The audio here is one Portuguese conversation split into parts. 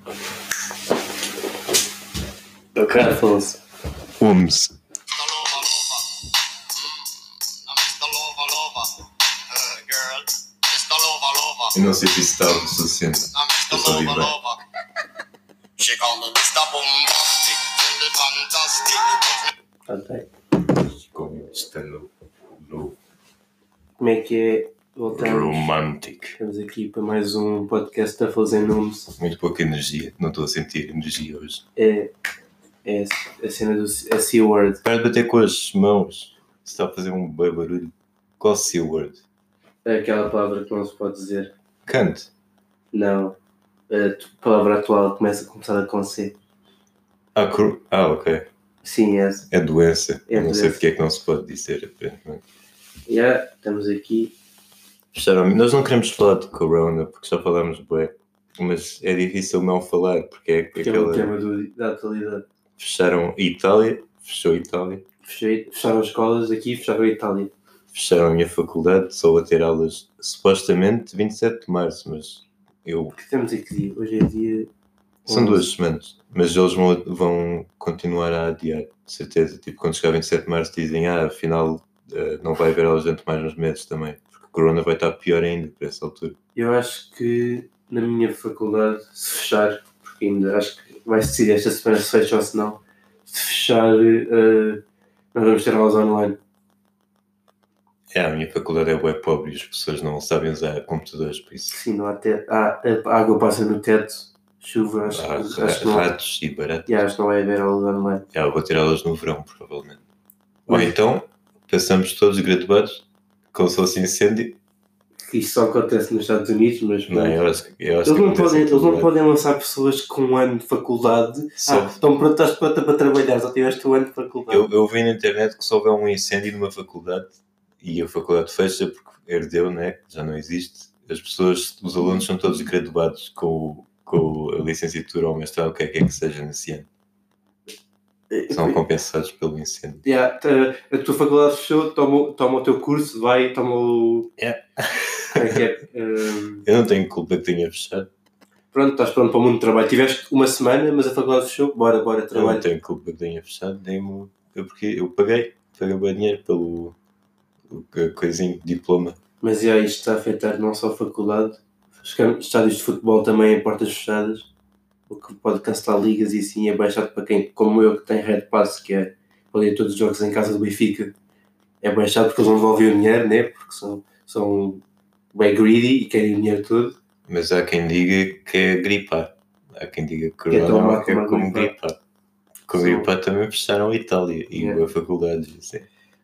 Ok, Afonso. Holmes. Eu não sei se isso está o suficiente. Eu só digo bem. Ok. Como estando no Como é que é? Voltamos. Romantic. Estamos aqui para mais um podcast a fazer números. Muito pouca energia. Não estou a sentir energia hoje. É a cena do C-word. Para de bater com as mãos. Está a fazer um bem barulho. Qual C-word? É aquela palavra que não se pode dizer. Cante. Não. A palavra atual começar com C. Ok. Sim, é essa. É doença. É Eu não sei doença. porque é que não se pode dizer, aparentemente. Estamos aqui. Nós não queremos falar de Corona porque já falámos bem. Mas é difícil não falar porque é Que é um tema da atualidade. Fecharam Itália. Fechou Itália. Fecharam as escolas aqui, fecharam a Itália. Fecharam a minha faculdade, só a ter aulas supostamente 27 de março, mas eu... Que temos aqui? Hoje é dia... São 2 semanas, mas eles vão continuar a adiar, de certeza. Tipo, quando chegar 27 de março dizem, afinal não vai haver aulas durante mais uns meses também, porque o Corona vai estar pior ainda para essa altura. Eu acho que na minha faculdade, se fechar, porque ainda acho que vai se decidir esta semana se fecha ou se não, se fechar, nós vamos ter aulas online. A minha faculdade é web pobre e as pessoas não sabem usar computadores, por isso. Sim, não há teto. A água passa no teto, chuva, acho que não. Ratos e baratos. Acho que não vai haver aulas online. Eu vou ter aulas no verão, provavelmente. Ou então, passamos todos graduados, como se fosse incêndio. Isso só acontece nos Estados Unidos, mas Não, eu acho eles não podem lançar pessoas com um ano de faculdade. Estão prontas, estás pronta para trabalhar, só tiveste um ano de faculdade. Eu vi na internet que se houver um incêndio numa faculdade e a faculdade fecha porque herdeu, né? Já não existe. Os alunos são todos graduados com a licenciatura ou mestrado, o que é que seja nesse ano. São compensados pelo incêndio. A tua faculdade fechou, toma o teu curso, toma o... Como é que é? Eu não tenho culpa que tenha fechado. Pronto, estás pronto para o mundo do trabalho. Tiveste uma semana, mas a faculdade fechou. Bora trabalho. Eu não tenho culpa que tenha fechado. Porque eu paguei bem dinheiro pelo coisinho, diploma. Mas isto está a afetar não só a faculdade, estádios de futebol também em portas fechadas, o que pode cancelar ligas e assim é baixado para quem, como eu, que tem Red Pass, que é para ir todos os jogos em casa do Benfica. É baixado porque eles não devolvem o dinheiro, né? Porque são bem greedy e querem o dinheiro todo. Mas há quem diga que é gripar. Há quem diga que Corona é como gripar. Com gripar também fecharam a Itália e a faculdade. Assim,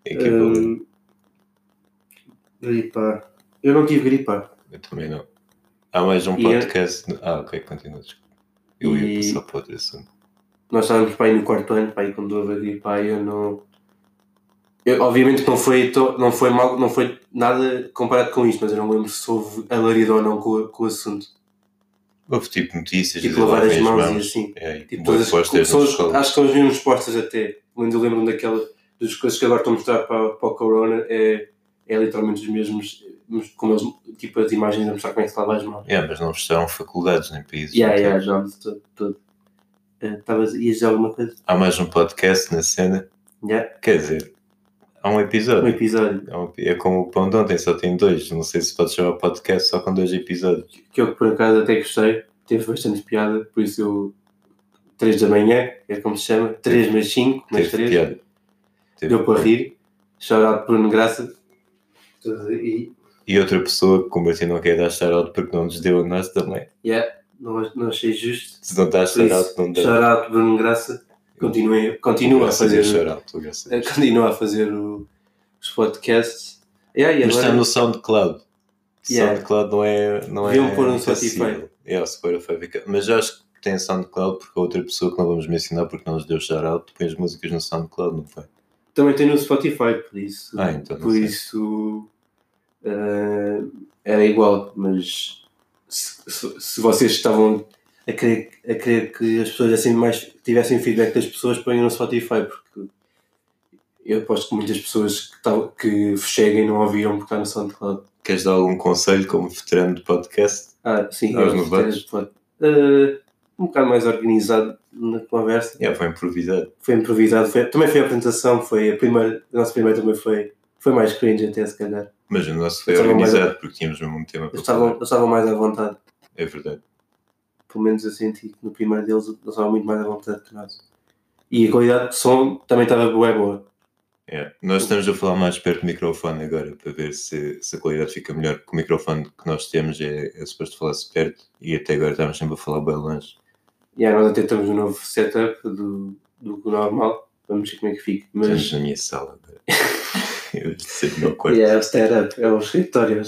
gripar. Eu não tive gripar. Eu também não. Há mais um podcast. Ok, continua. Eu ia passar para outro assunto. Nós estávamos para aí no quarto ano, para aí quando houve a gripar, eu não... obviamente não foi mal, não foi nada comparado com isto, mas eu não lembro se houve alarido ou não com o assunto. Houve tipo notícias, tipo lavar as mãos e assim. Tipo, todas as pessoas, acho que são as mesmas postas até. Quando eu lembro das coisas que agora estão a mostrar para o Corona, é literalmente os mesmos, como eles, tipo as imagens a mostrar como é que se lava as mãos. Mas não fecharam faculdades nem países. Já, todo. Ias dizer alguma coisa? Há mais um podcast na cena. Quer dizer, há um episódio. É como o Pão de Ontem, só tem 2. Não sei se pode chamar podcast só com 2 episódios. Que eu por acaso até gostei. Teve bastante piada. Por isso eu... 3 da manhã, é como se chama. 3 mais 5, mais 3. Piada. Deu para rir. Shout-out Bruno Graça. E outra pessoa que o Martim não quer dar shout-out porque não nos deu a nós também. Não achei justo. Se não dá shout-out, não dá. Shout-out Bruno Graça. Continua a fazer. Continua a fazer os podcasts. Mas está no SoundCloud. SoundCloud não é. Deviam pôr no Spotify. Mas eu acho que tem SoundCloud porque a outra pessoa que não vamos mencionar porque não nos deu shout-out põe as músicas no SoundCloud, não foi? Também tem no Spotify, por isso. Então por isso era igual, mas se vocês estavam a querer que as pessoas tivessem feedback das pessoas, põem no Spotify, porque eu aposto que muitas pessoas que cheguem não ouviram porque está no SoundCloud. Queres dar algum conselho como veterano de podcast? Sim, aos novatos? um bocado mais organizado na conversa. Foi improvisado. Foi improvisado. Também foi a apresentação, a nossa primeira também foi mais cringe até, se calhar. Mas o nosso foi organizado porque tínhamos mesmo um tema para falar. Eles estavam mais à vontade. É verdade. Pelo menos eu senti que no primeiro deles eles estavam muito mais à vontade que nós. E a qualidade de som também estava boa. Nós estamos a falar mais perto do microfone agora para ver se a qualidade fica melhor, porque o microfone que nós temos é suposto falar-se perto e até agora estamos sempre a falar bem longe. Nós até temos um novo setup do normal. Vamos ver como é que fica. Estamos na minha sala agora. Eu sei que não quarto. É o setup, é o escritório.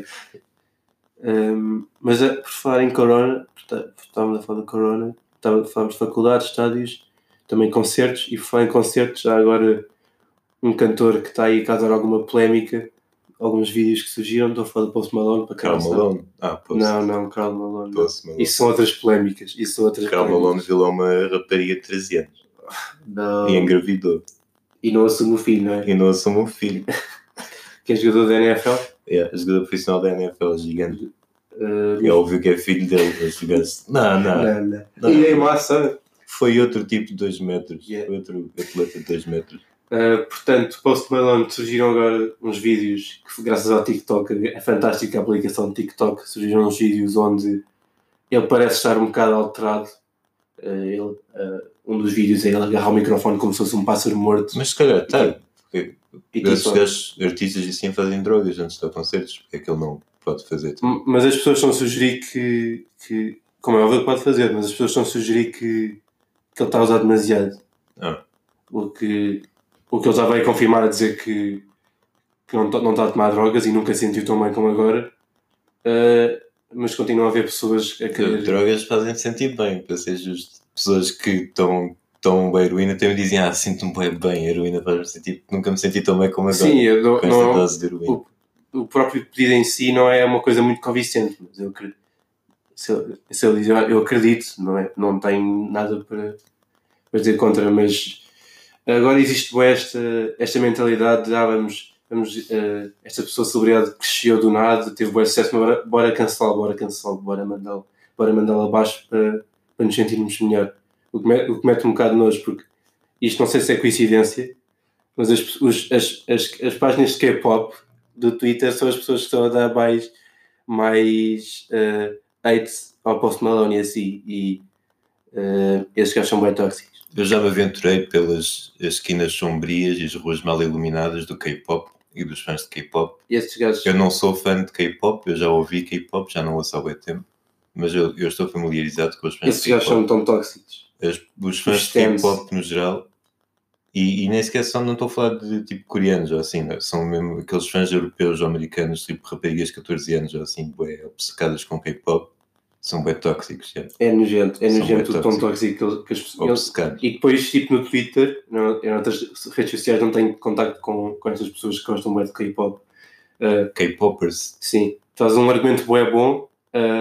Mas por falar em Corona, estávamos a falar de Corona, falámos de faculdades, estádios, também concertos, e por falar em concertos, já agora um cantor que está aí a causar alguma polémica, alguns vídeos que surgiram, estou a falar do Post Malone. Karl Malone? Não, Karl Malone. Post Malone. Isso são outras polémicas. Karl Malone violou uma rapariga de 13 anos. Não. E engravidou. E não assume o filho, não é? E não assume o filho. Que é jogador da NFL? Jogador profissional da NFL, gigante. É óbvio que é filho dele, mas jogasse. Não. E em massa? Foi outro tipo de 2 metros. Foi outro atleta de 2 metros. Portanto, Post Malone, surgiram agora uns vídeos que, graças ao TikTok, é fantástica a aplicação de TikTok, surgiram uns vídeos onde ele parece estar um bocado alterado. Um dos vídeos é ele agarrar o microfone como se fosse um pássaro morto. Mas se calhar está. Esses artistas assim fazem drogas antes de concertos, porque é que ele não pode fazer? Mas as pessoas estão a sugerir que como é óbvio que pode fazer, mas as pessoas estão a sugerir que ele está a usar demasiado. O que ele já veio confirmar a dizer que não está a tomar drogas e nunca sentiu tão bem como agora. Mas continuam a haver pessoas a querer... Drogas fazem-te sentir bem, para ser justo. Pessoas que estão bem heroína também dizem, sinto-me bem, a heroína faz-me sentir, nunca me senti tão bem como agora. Sim, com esta dose de heroína. O próprio pedido em si não é uma coisa muito convincente, mas eu acredito. Se ele diz, eu acredito, não tenho nada para dizer contra, mas agora existe esta mentalidade de vamos esta pessoa celebridade que cresceu do nada, teve bom sucesso, mas bora cancelá-lo, bora mandá-lo abaixo para nos sentirmos melhor. O que mete um bocado nojo, porque isto não sei se é coincidência, mas as páginas de K-pop do Twitter são as pessoas que estão a dar mais hate ao Post Malone e assim, e esses gajos são bem tóxicos. Eu já me aventurei pelas esquinas sombrias e as ruas mal iluminadas do K-pop e dos fãs de K-pop. Eu não sou fã de K-pop, eu já ouvi K-pop, já não ouço há muito tempo, mas eu estou familiarizado com os fãs de K-pop. Esses gajos são tão tóxicos. Os fãs de K-pop no geral, e nem sequer não estou a falar de tipo coreanos ou assim, não? São mesmo aqueles fãs europeus ou americanos, tipo raparigas de 14 anos ou assim, bem obcecadas com K-pop. São bem tóxicos, É nojento tudo tão tóxico que as pessoas... E depois, tipo no Twitter, em outras redes sociais, não tenho contacto com estas pessoas que gostam bem de K-pop. K-popers? Sim. Faz um argumento bom.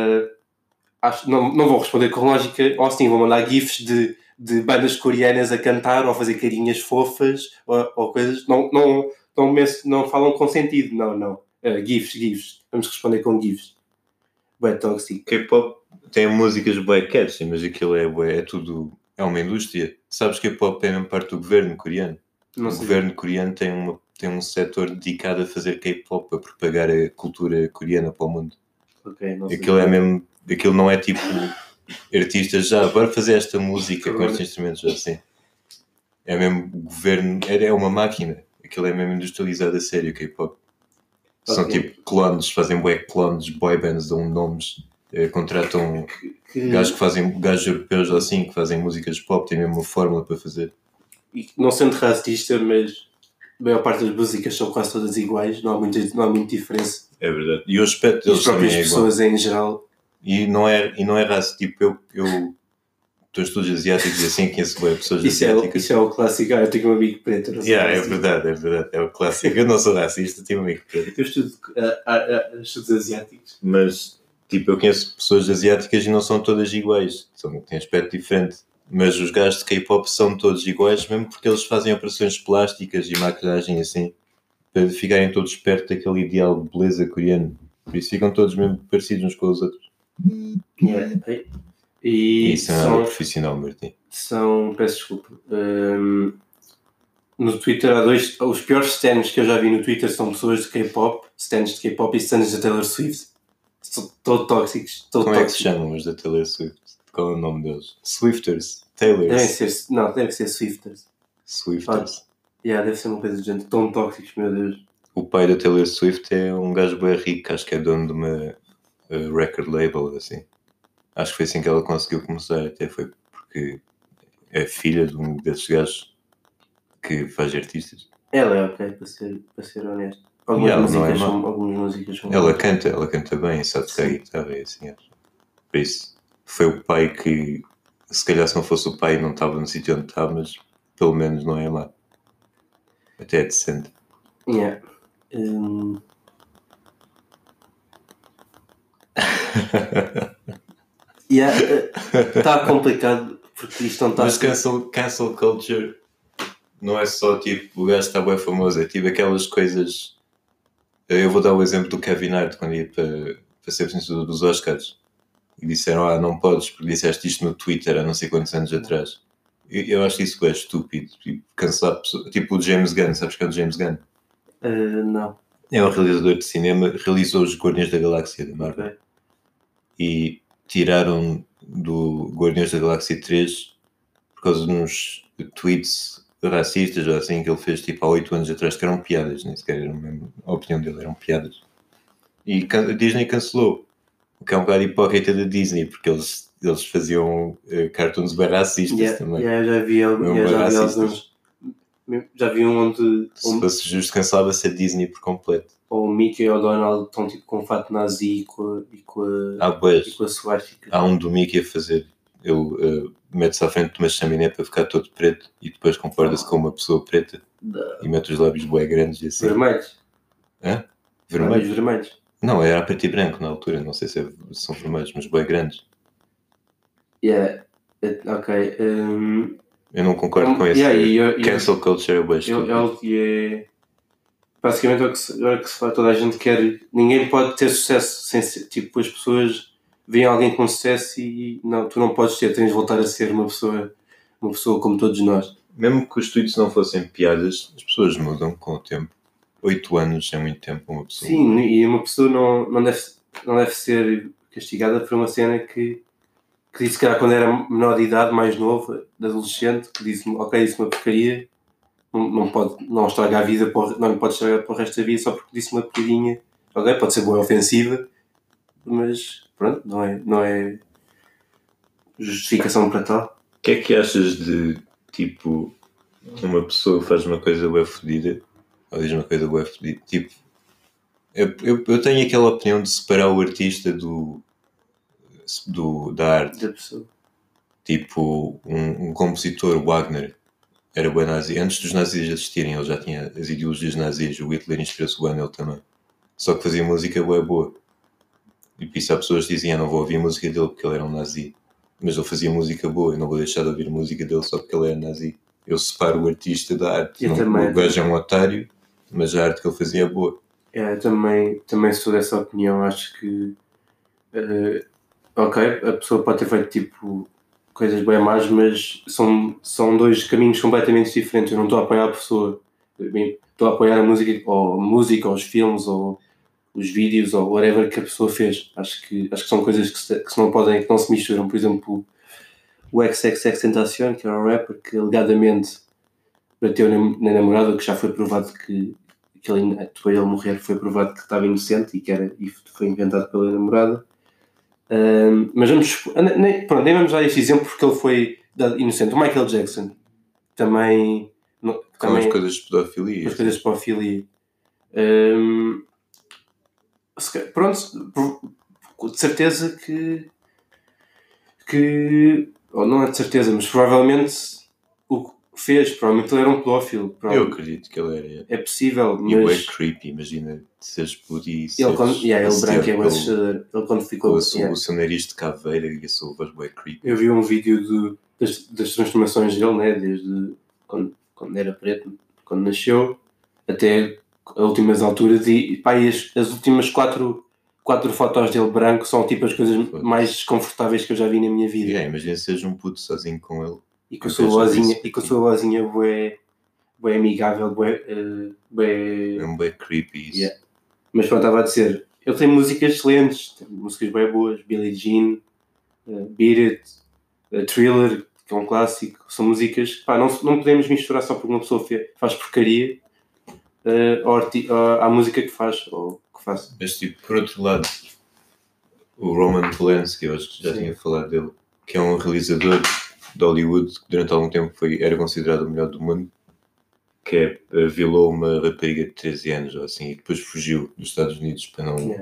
Não vou responder com lógica, ou sim, vou mandar gifs de bandas coreanas a cantar ou a fazer carinhas fofas ou coisas. Não falam com sentido, não. GIFs. Vamos responder com GIFs. Bué tóxico. K-pop tem músicas bué catchy, mas aquilo é tudo... É uma indústria. Sabes que K-pop é mesmo parte do governo coreano. O governo coreano tem um setor dedicado a fazer K-pop, a propagar a cultura coreana para o mundo. Aquilo não é tipo artistas bora fazer esta música com estes instrumentos assim. É mesmo o governo, é uma máquina. Aquilo é mesmo industrializado a sério, K-pop. São tipo clones, fazem clones, boy bands, dão nomes, contratam gajos europeus assim, que fazem músicas pop, têm mesmo uma fórmula para fazer. E não sendo racista, mas a maior parte das músicas são quase todas iguais, não há muita diferença. É verdade. E o aspecto deles também é igual. As pessoas em geral. E não é racista, tipo, eu estou estudos asiáticos e assim conheço bem pessoas asiáticas. Isso é o clássico, eu tenho um amigo preto. É verdade, é o clássico. Eu não sou racista, tenho um amigo preto. Eu estudo estudos asiáticos. Mas, tipo, eu conheço pessoas asiáticas e não são todas iguais. Têm aspecto diferente. Mas os gajos de K-pop são todos iguais, mesmo porque eles fazem operações plásticas e maquilhagem assim, para ficarem todos perto daquele ideal de beleza coreano. Por isso ficam todos mesmo parecidos uns com os outros. E Isso não é nada profissional, Martim. peço desculpa. No Twitter há os piores stands que eu já vi no Twitter são pessoas de K-pop, stands de K-pop e stands da Taylor Swift. São todos tóxicos. Como é que se chamam os da Taylor Swift? Qual é o nome deles? Swifters? Taylors? Deve ser Swifters. Swifters. Deve ser uma coisa de gente tão tóxicos, meu Deus. O pai da Taylor Swift é um gajo bem rico, acho que é dono de uma record label, assim. Acho que foi assim que ela conseguiu começar, até foi porque é filha de um desses gajos que faz artistas. Ela é ok, para ser honesto. Algumas músicas são ela canta bem, sabe tocar guitarra e assim, acho. Por isso, foi o pai que, se calhar se não fosse o pai não estava no sítio onde está, mas pelo menos não é má. Até é decente. Yeah. Está complicado porque isto não está. Mas cancel culture não é só tipo o gajo está bem famoso, é tipo aquelas coisas. Eu vou dar o exemplo do Kevin Hart quando ia para ser vencedor dos Oscars e disseram: não podes porque disseste isto no Twitter há não sei quantos anos atrás. Eu acho isso é estúpido, tipo, cancelar pessoas, tipo o James Gunn, sabes que é o James Gunn? Não. É um realizador de cinema, realizou os Guardiões da Galáxia da Marvel. Okay. E tiraram do Guardiões da Galáxia 3 por causa de uns tweets racistas ou assim que ele fez tipo há 8 anos atrás, que eram piadas, nem sequer era mesmo a opinião dele, eram piadas. E a Disney cancelou, o que é um bocado hipócrita da Disney, porque eles faziam cartoons bem racistas também. Já vi alguns. Já vi um onde. Se fosse justo, cancelava-se a Disney por completo. Ou o Mickey ou o Donald estão tipo com fato nazi e com a suástica. Há um do Mickey a fazer. Ele mete-se à frente de uma chaminé para ficar todo preto e depois concorda-se com uma pessoa preta e mete os lábios bué grandes e assim. Vermelhos? Vermelhos? Vermelhos? Não, era preto e branco na altura, não sei se são vermelhos, mas bué grandes. Ok. Eu não concordo com esse. Cancel culture é bué estúpido. Basicamente agora que se fala, toda a gente quer. Ninguém pode ter sucesso sem ser. Tipo, as pessoas veem alguém com sucesso e não, tu não podes ter, tens de voltar a ser uma pessoa como todos nós. Mesmo que os tweets não fossem piadas, as pessoas mudam com o tempo. 8 anos é muito tempo uma pessoa. Sim, e uma pessoa não deve ser castigada por uma cena que disse, se calhar, quando era menor de idade, mais novo, adolescente, que disse uma porcaria. Não estraga a vida, não lhe pode estragar para o resto da vida só porque disse uma piadinha. Ok, pode ser boa ofensiva, mas pronto, não é justificação para tal. O que é que achas de, tipo, uma pessoa faz uma coisa bem fodida ou diz uma coisa bem fodida? Tipo, eu tenho aquela opinião de separar o artista da arte. Da pessoa. Tipo, um compositor, Wagner, era bem nazi. Antes dos nazis existirem, ele já tinha as ideologias nazis. O Hitler inspirou-se bem nele também. Só que fazia música bem boa. E por isso há pessoas que diziam: não vou ouvir a música dele porque ele era um nazi. Mas ele fazia música boa. Eu não vou deixar de ouvir a música dele só porque ele era nazi. Eu separo o artista da arte. O gajo é um otário, mas a arte que ele fazia é boa. Eu também sou dessa opinião. Acho que ok, a pessoa pode ter feito tipo coisas bem más, mas são dois caminhos completamente diferentes. Eu não estou a apoiar a pessoa, estou a apoiar a música, ou os filmes, ou os vídeos, ou whatever que a pessoa fez. Acho que são coisas que não se misturam. Por exemplo, o XXXTentacion, que era um rapper que alegadamente bateu na namorada, que já foi provado que depois de ele morrer foi provado que estava inocente e foi inventado pela namorada. Mas nem vamos dar este exemplo porque ele foi inocente. O Michael Jackson também com as coisas de pedofilia. As coisas de pedofilia. Pronto, de certeza que ou não é de certeza, mas provavelmente o que fez, provavelmente ele era um pedófilo. Eu acredito que ele era. É possível, mas... E é creepy, imagina seres puto e ele branco é mais assustador. Ele quando ficou... O seu nariz de caveira e a sua voz é creepy. Eu vi um vídeo das transformações dele, né, desde quando era preto, quando nasceu, até as últimas alturas e as últimas 4 4 fotos dele branco são tipo as coisas mais desconfortáveis que eu já vi na minha vida. Imagina se seja um puto sozinho com ele. E com a sua vozinha bué amigável, bué... É um bué creepy isso. Yeah. Mas pronto, estava a dizer, ele tem músicas excelentes, tem músicas bem boas, Billie Jean, Beat It, Thriller, que é um clássico, são músicas que não podemos misturar só porque uma pessoa faz porcaria à música que faz, ou que faz. Mas tipo, por outro lado, o Roman Polanski, eu acho que já tinha falado dele, que é um realizador de Hollywood que durante algum tempo era considerado o melhor do mundo, que violou uma rapariga de 13 anos ou assim, e depois fugiu dos Estados Unidos para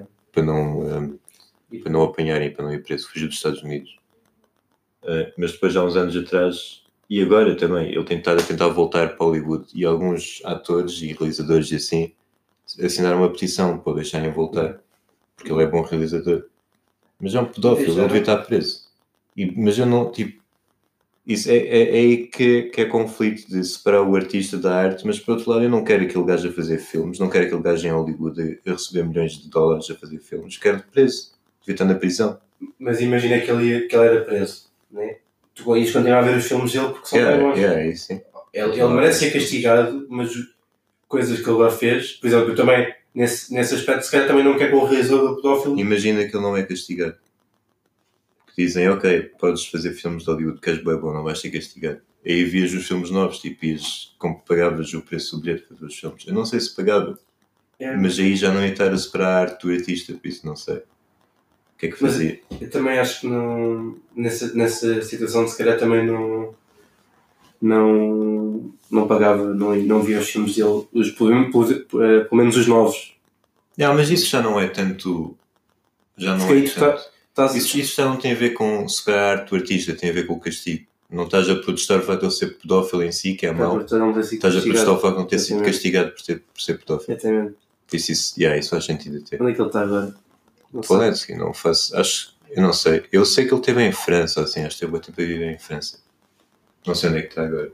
não apanharem, para não ir preso, fugiu dos Estados Unidos. Mas depois, há uns anos atrás, e agora também, ele a tentar voltar para Hollywood, e alguns atores e realizadores e assim assinaram uma petição para o deixarem voltar, porque ele é bom realizador. Mas é um pedófilo, ele devia estar preso. Mas eu não, tipo, isso é aí que é conflito de separar o artista da arte, mas por outro lado eu não quero aquele gajo a fazer filmes, não quero aquele gajo em Hollywood a receber milhões de dólares a fazer filmes, quero preso, devia estar na prisão. Mas imagina que ele era preso, né? Tu ias continuar a ver os filmes dele porque são bem bons. Isso sim. Ele merece ser castigado, mas coisas que ele lá fez, por exemplo, eu também, nesse aspecto, se calhar também não quero que o realizador do pedófilo... Imagina que ele não é castigado. Dizem, ok, podes fazer filmes de Hollywood que és bem bom, não vais ser castigado. Aí vias os filmes novos, tipo, pagavas o preço do bilhete para ver os filmes. Eu não sei se pagava, mas aí já não ia estar a separar a arte do artista, por isso não sei. O que é que fazia? Mas eu também acho que nessa situação, se calhar também não pagava, não via os filmes dele, pelo menos os novos. Mas isso já não é tanto... Já não é tanto... Isso já não tem a ver com separar a arte do artista, tem a ver com o castigo. Não estás a protestar o facto de ele ser pedófilo em si, que é mau. Estás a protestar o facto de não ter sido castigado por ser pedófilo. Exatamente. Isso faz sentido até. Onde é que ele está agora? Polanski, eu não sei. Eu sei que ele esteve em França, assim, acho que teve muito tempo a viver em França. Não sei onde é que está agora.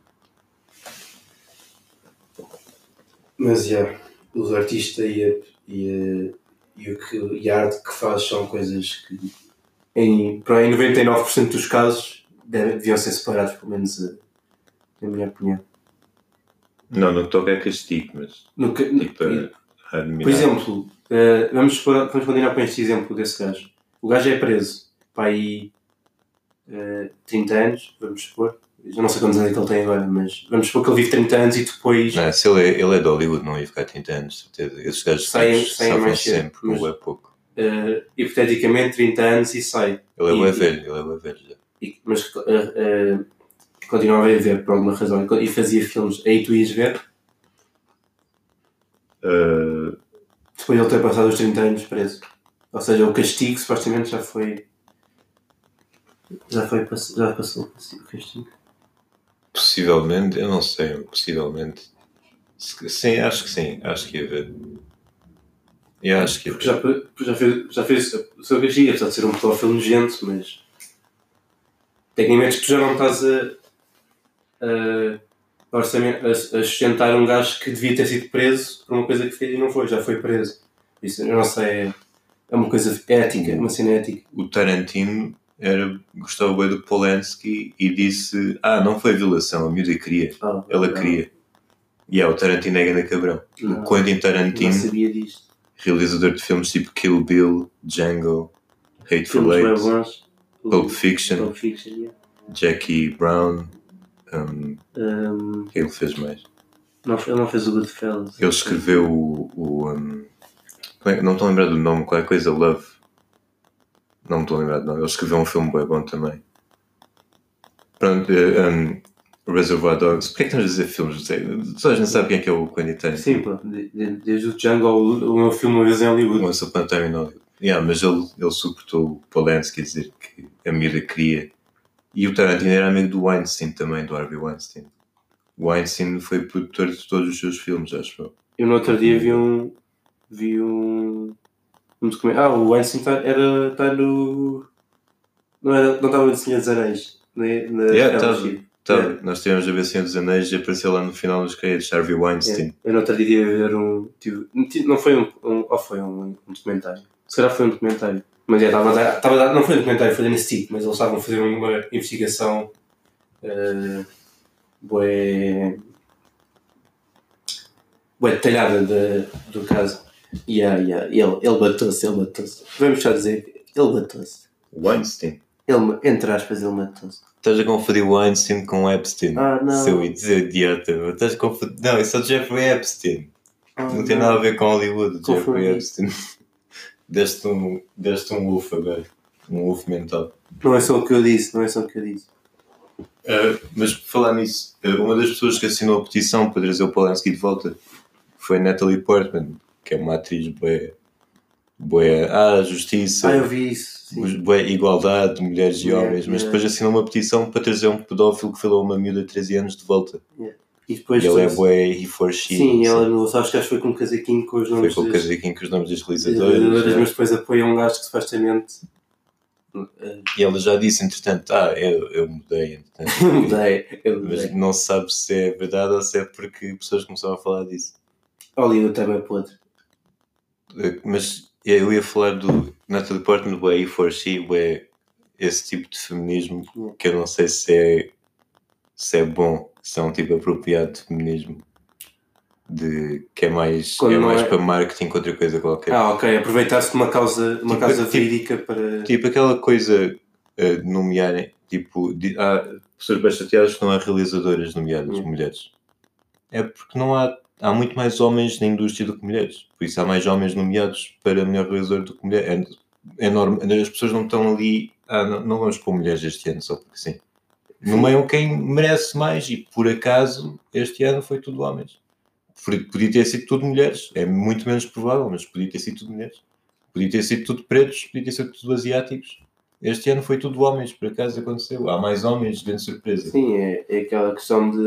Mas, os artistas e a arte que faz são coisas que, em 99% dos casos, deviam ser separados, pelo menos na minha opinião. Não toca a castigo, mas... Por exemplo, vamos continuar com este exemplo desse gajo. O gajo é preso para aí 30 anos, vamos supor. Eu não sei quantos anos é que ele tem agora, mas vamos supor que ele vive 30 anos e depois... Não, se ele é de Hollywood, não ia ficar 30 anos, certeza. Esses gajos saem mais sempre, mas é pouco. Hipoteticamente 30 anos e sai. Ele é velho já. Mas continuava a ver por alguma razão e fazia filmes. Aí tu ias ver? Depois de ele ter passado os 30 anos preso. Ou seja, o castigo supostamente já passou o castigo. Possivelmente, eu não sei, possivelmente. Sim, acho que sim, acho que ia ver. Acho que ia ver. Já fez o seu castigo, apesar de ser um pedófilo nojento, mas tecnicamente tu já não estás a sustentar um gajo que devia ter sido preso por uma coisa que fez e não foi, já foi preso. Isso, eu não sei, é uma coisa ética, uma cena ética. O Tarantino gostava bem do Polanski e disse, não foi violação, a miúda queria, ela queria. O Tarantino é grande cabrão. O Quentin Tarantino, realizador de filmes tipo Kill Bill, Django, Hateful Eight, Pulp Fiction, Jackie Brown, ele fez mais. Ele não fez o Goodfellas. Ele escreveu não estou a lembrar do nome, qualquer coisa, Love. Não me estou a lembrar do nome. Ele escreveu um filme bem bom também. Pronto, Reservoir Dogs. Porquê é que estamos a dizer filmes? Toda a gente sabe quem é que é o Quentin Tarantino. Sim, pô. Desde o Django o meu filme Uma Vez em Hollywood. Once Upon a Time in Hollywood. Mas ele suportou o Polanski, quer dizer que a miúda queria. E o Tarantino era amigo do Weinstein também, do Harvey Weinstein. O Weinstein foi produtor de todos os seus filmes, acho eu. Eu no outro dia vi um documentário. O Weinstein está no... Não estava no Senhor dos Anéis. Estava. Nós estivemos a ver Senhor dos Anéis e apareceu lá no final dos créditos Harvey Weinstein. Eu no outro dia ver não foi um documentário. Se calhar foi um documentário. Mas não foi um documentário, foi da SIC, mas eles estavam a fazer uma investigação bué detalhada do caso. E ele bateu-se. Vamos só dizer que ele bateu-se. Weinstein. Entre aspas, ele matou-se. Estás a confundir Weinstein com Epstein. Não. Seu idiota. Estás a confundir... Não, isso é o Jeffrey Epstein. Não tem nada a ver com Hollywood. O Jeffrey Epstein. Deste um UF agora. Um UF mental. Não é só o que eu disse. Mas por falar nisso, uma das pessoas que assinou a petição para trazer o Polanski de volta foi Natalie Portman, que é uma atriz justiça, eu vi isso, igualdade de mulheres e homens, mas depois assinou uma petição para trazer um pedófilo que falou uma miúda de 13 anos de volta. E depois ele é he for she. Sim, ela acho que foi com um casaquinho com os nomes. Foi com o casaquinho com os nomes dos realizadores. Mas depois apoia um gajo que supostamente. E ela já disse, entretanto, eu mudei. Eu mudei. Mas não se sabe se é verdade ou se é porque pessoas começaram a falar disso. Hollywood também pode. Mas eu ia falar do Natalie Portman, do he for she, esse tipo de feminismo que eu não sei se é bom, se é um tipo apropriado de feminismo. Que é mais para marketing que outra coisa qualquer. Ok. Aproveitar-se de uma causa verídica para... Tipo aquela coisa de nomearem, tipo, pessoas bem chateadas que não há realizadoras nomeadas, mulheres. É porque não há muito mais homens na indústria do que mulheres. Por isso há mais homens nomeados para melhor realizador do que mulheres. É normal, as pessoas não estão ali, não vamos pôr mulheres este ano só porque sim. Nomeiam quem merece mais e por acaso este ano foi tudo homens. Podia ter sido tudo mulheres, é muito menos provável, mas podia ter sido tudo mulheres. Podia ter sido tudo pretos, podia ter sido tudo asiáticos. Este ano foi tudo homens, por acaso aconteceu. Há mais homens, grande surpresa. Sim, é aquela questão de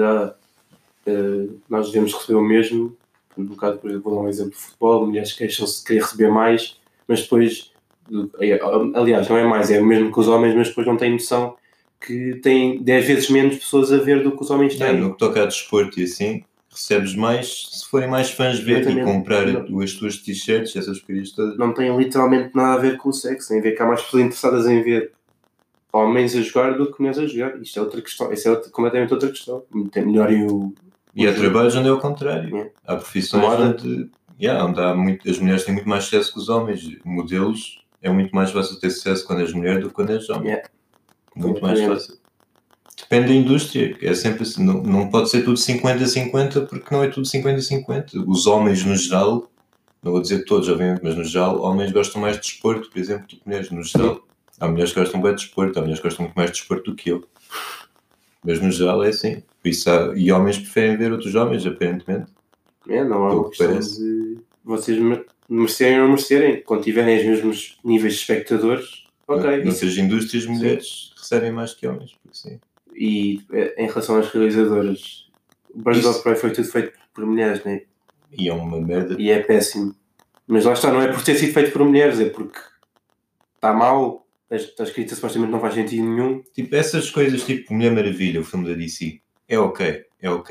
nós devemos receber o mesmo. No caso, por exemplo, vou dar um exemplo de futebol, mulheres queixam-se de querer receber mais, mas depois, aliás, não é mais, é o mesmo que os homens, mas depois não têm noção que têm 10 vezes menos pessoas a ver do que os homens têm. No que toca a desporto e assim, recebes mais se forem mais fãs ver e comprar as tuas t-shirts, essas porcarias todas. Não tem literalmente nada a ver com o sexo, tem a ver que há mais pessoas interessadas em ver homens a jogar do que mulheres a jogar. Isto é outra questão, isso é completamente outra questão. Melhorem E há trabalhos onde é o contrário. Há profissões onde as mulheres têm muito mais sucesso que os homens. Modelos é muito mais fácil ter sucesso quando és mulher do que quando és homem. Muito mais fácil. Depende da indústria, é sempre assim, não pode ser tudo 50-50 porque não é tudo 50-50. Os homens no geral, não vou dizer todos obviamente, mas no geral, homens gostam mais de desporto, por exemplo, do que mulheres. No geral, há mulheres que gostam bem de desporto, há mulheres que gostam muito mais de desporto do que eu. Mas no geral é assim. Por isso e homens preferem ver outros homens, aparentemente. Não há uma questão de vocês merecerem ou não merecerem. Quando tiverem os mesmos níveis de espectadores, ok. Noutras indústrias, mulheres recebem mais que homens, porque sim. E em relação às realizadoras, o Birds of Prey foi tudo feito por mulheres, não é? E é uma merda. E é péssimo. Mas lá está, não é por ter sido feito por mulheres, é porque está mal, a escrita supostamente não faz sentido nenhum. Tipo, essas coisas, tipo Mulher Maravilha, o filme da DC, é ok.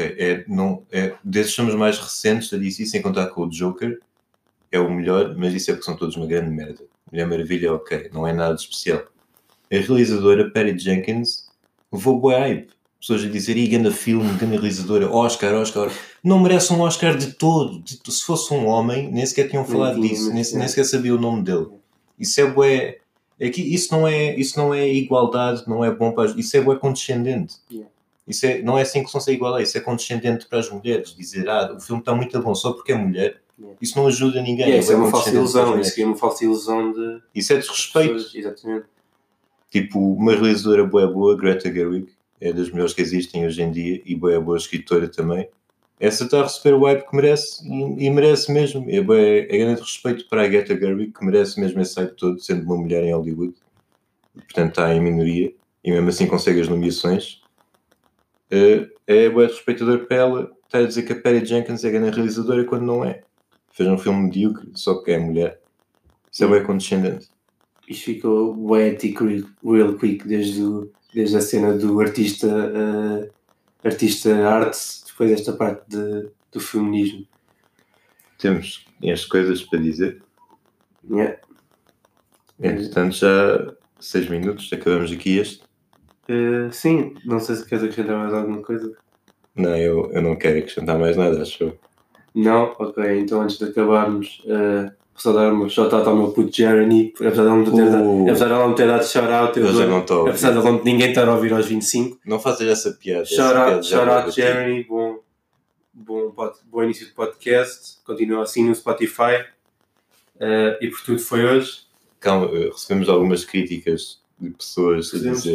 Desses filmes mais recentes da DC, sem contar com o Joker, é o melhor, mas isso é porque são todos uma grande merda. Mulher Maravilha é ok, não é nada de especial. A realizadora Patty Jenkins levou bué hype. Pessoas a dizer, ganda filme, ganda realizadora, Oscar. Não merece um Oscar de todo. Se fosse um homem, nem sequer tinham falado disso, nem sequer sabia o nome dele. Isso é bué. Isso não é igualdade, não é bom para isso é bué condescendente. Não é assim que são ser igual, isso é condescendente para as mulheres. Dizer, o filme está muito bom só porque é mulher. Isso não ajuda ninguém. Isso é uma falsa ilusão. Isso é uma falsa ilusão de... Isso é desrespeito. Exatamente. Tipo, uma realizadora boa, Greta Gerwig, é das melhores que existem hoje em dia, e boa escritora também. Essa está a receber o hype que merece, e merece mesmo. É grande respeito para a Greta Gerwig, que merece mesmo esse hype todo, sendo uma mulher em Hollywood. Portanto, está em minoria, e mesmo assim consegue as nomeações. É boa respeitador para ela. Está a dizer que a Patty Jenkins é grande realizadora quando não é. Fez um filme medíocre, só que é mulher. Isso é bem condescendente. Isto ficou poético real quick desde a cena do artista arte, depois desta parte do feminismo. Temos as coisas para dizer. Entretanto, já 6 minutos, acabamos aqui este. Sim, não sei se queres acrescentar mais alguma coisa. Não, eu não quero acrescentar mais nada, acho eu. Não? Ok, então antes de acabarmos, só dar uma shout-out ao meu puto Jeremy, apesar de ele não me ter dado shout-out, Eu já não estou a apesar de ninguém estar a ouvir aos 25. Não faças essa piada. Shout-out Jeremy, bom início de podcast, continua assim no Spotify. E por tudo foi hoje. Calma, recebemos algumas críticas de pessoas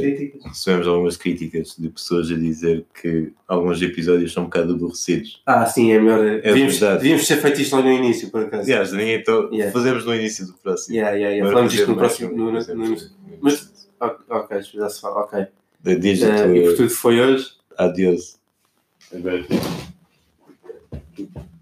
a dizer que alguns episódios são um bocado aborrecidos. Sim, é melhor. Devíamos ter feito isto logo no início, por acaso. Fazemos no início do próximo. Falamos isto no próximo. Mas, ok, já se fala, ok. E por tudo foi hoje. Adeus.